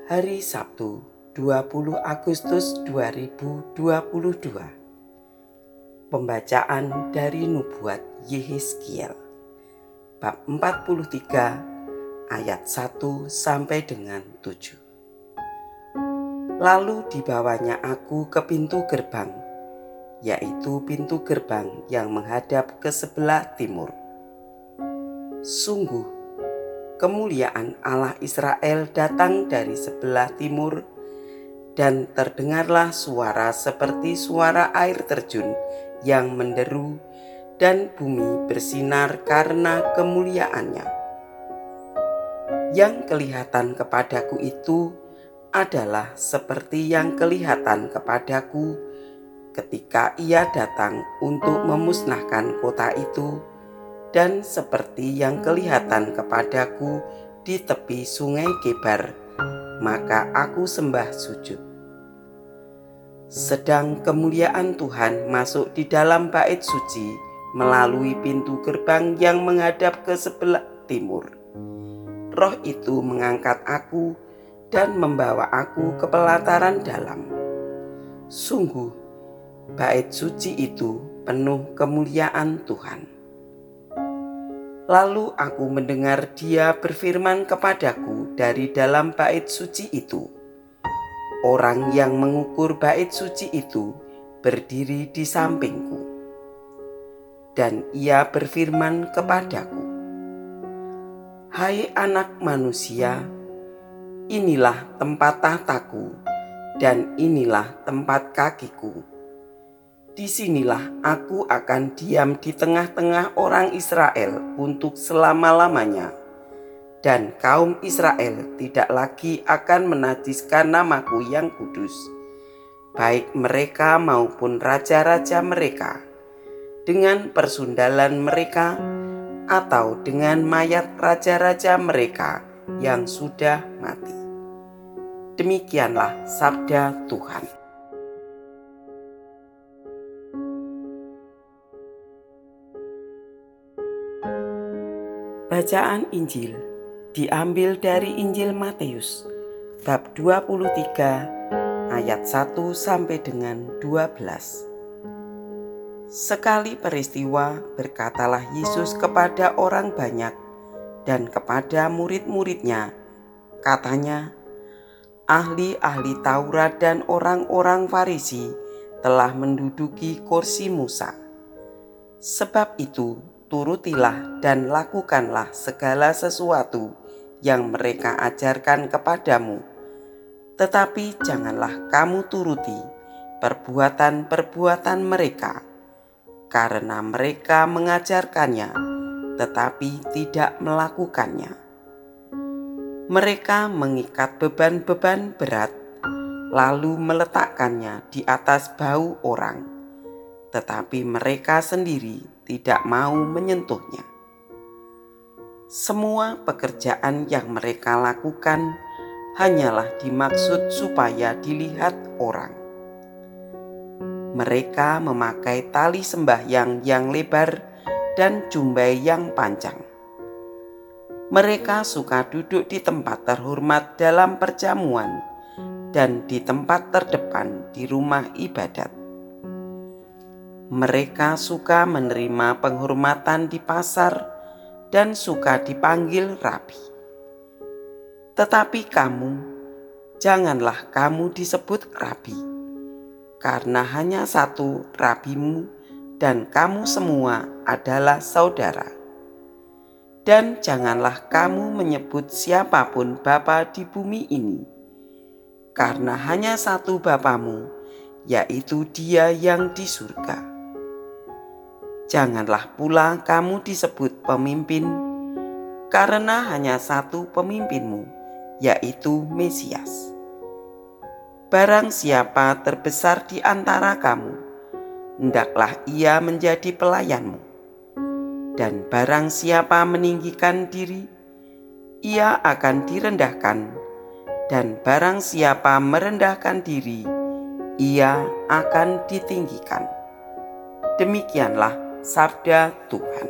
Hari Sabtu, 20 Agustus 2022. Pembacaan dari Nubuat Yehezkiel bab 43 ayat 1 sampai dengan 7. Lalu dibawanya aku ke pintu gerbang, yaitu pintu gerbang yang menghadap ke sebelah timur. Sungguh, kemuliaan Allah Israel datang dari sebelah timur, dan terdengarlah suara seperti suara air terjun yang menderu, dan bumi bersinar karena kemuliaannya. Yang kelihatan kepadaku itu adalah seperti yang kelihatan kepadaku ketika ia datang untuk memusnahkan kota itu, dan seperti yang kelihatan kepadaku di tepi sungai Kebar, maka aku sembah sujud. Sedang kemuliaan Tuhan masuk di dalam bait suci melalui pintu gerbang yang menghadap ke sebelah timur. Roh itu mengangkat aku dan membawa aku ke pelataran dalam. Sungguh, bait suci itu penuh kemuliaan Tuhan. Lalu aku mendengar Dia berfirman kepadaku dari dalam bait suci itu. Orang yang mengukur bait suci itu berdiri di sampingku. Dan Ia berfirman kepadaku, "Hai anak manusia, inilah tempat tahtaku dan inilah tempat kakiku. Disinilah aku akan diam di tengah-tengah orang Israel untuk selama-lamanya, dan kaum Israel tidak lagi akan menajiskan namaku yang kudus, baik mereka maupun raja-raja mereka, dengan persundalan mereka atau dengan mayat raja-raja mereka yang sudah mati." Demikianlah sabda Tuhan. Bacaan Injil diambil dari Injil Matius bab 23 ayat 1 sampai dengan 12. Sekali peristiwa berkatalah Yesus kepada orang banyak dan kepada murid-muridnya, katanya, "Ahli-ahli Taurat dan orang-orang Farisi telah menduduki kursi Musa. Sebab itu, turutilah dan lakukanlah segala sesuatu yang mereka ajarkan kepadamu. Tetapi janganlah kamu turuti perbuatan-perbuatan mereka, karena mereka mengajarkannya tetapi tidak melakukannya. Mereka mengikat beban-beban berat, lalu meletakkannya di atas bahu orang, tetapi mereka sendiri tidak mau menyentuhnya. Semua pekerjaan yang mereka lakukan hanyalah dimaksud supaya dilihat orang. Mereka memakai tali sembahyang yang lebar dan jumbai yang panjang. Mereka suka duduk di tempat terhormat dalam perjamuan dan di tempat terdepan di rumah ibadat. Mereka suka menerima penghormatan di pasar dan suka dipanggil rabi. Tetapi kamu, janganlah kamu disebut rabi, karena hanya satu rabimu dan kamu semua adalah saudara. Dan janganlah kamu menyebut siapapun bapa di bumi ini, karena hanya satu Bapamu, yaitu Dia yang di surga. Janganlah pula kamu disebut pemimpin, karena hanya satu pemimpinmu, yaitu Mesias. Barang siapa terbesar di antara kamu, hendaklah ia menjadi pelayanmu. Dan barang siapa meninggikan diri, ia akan direndahkan. Dan barang siapa merendahkan diri, ia akan ditinggikan. Demikianlah sabda Tuhan.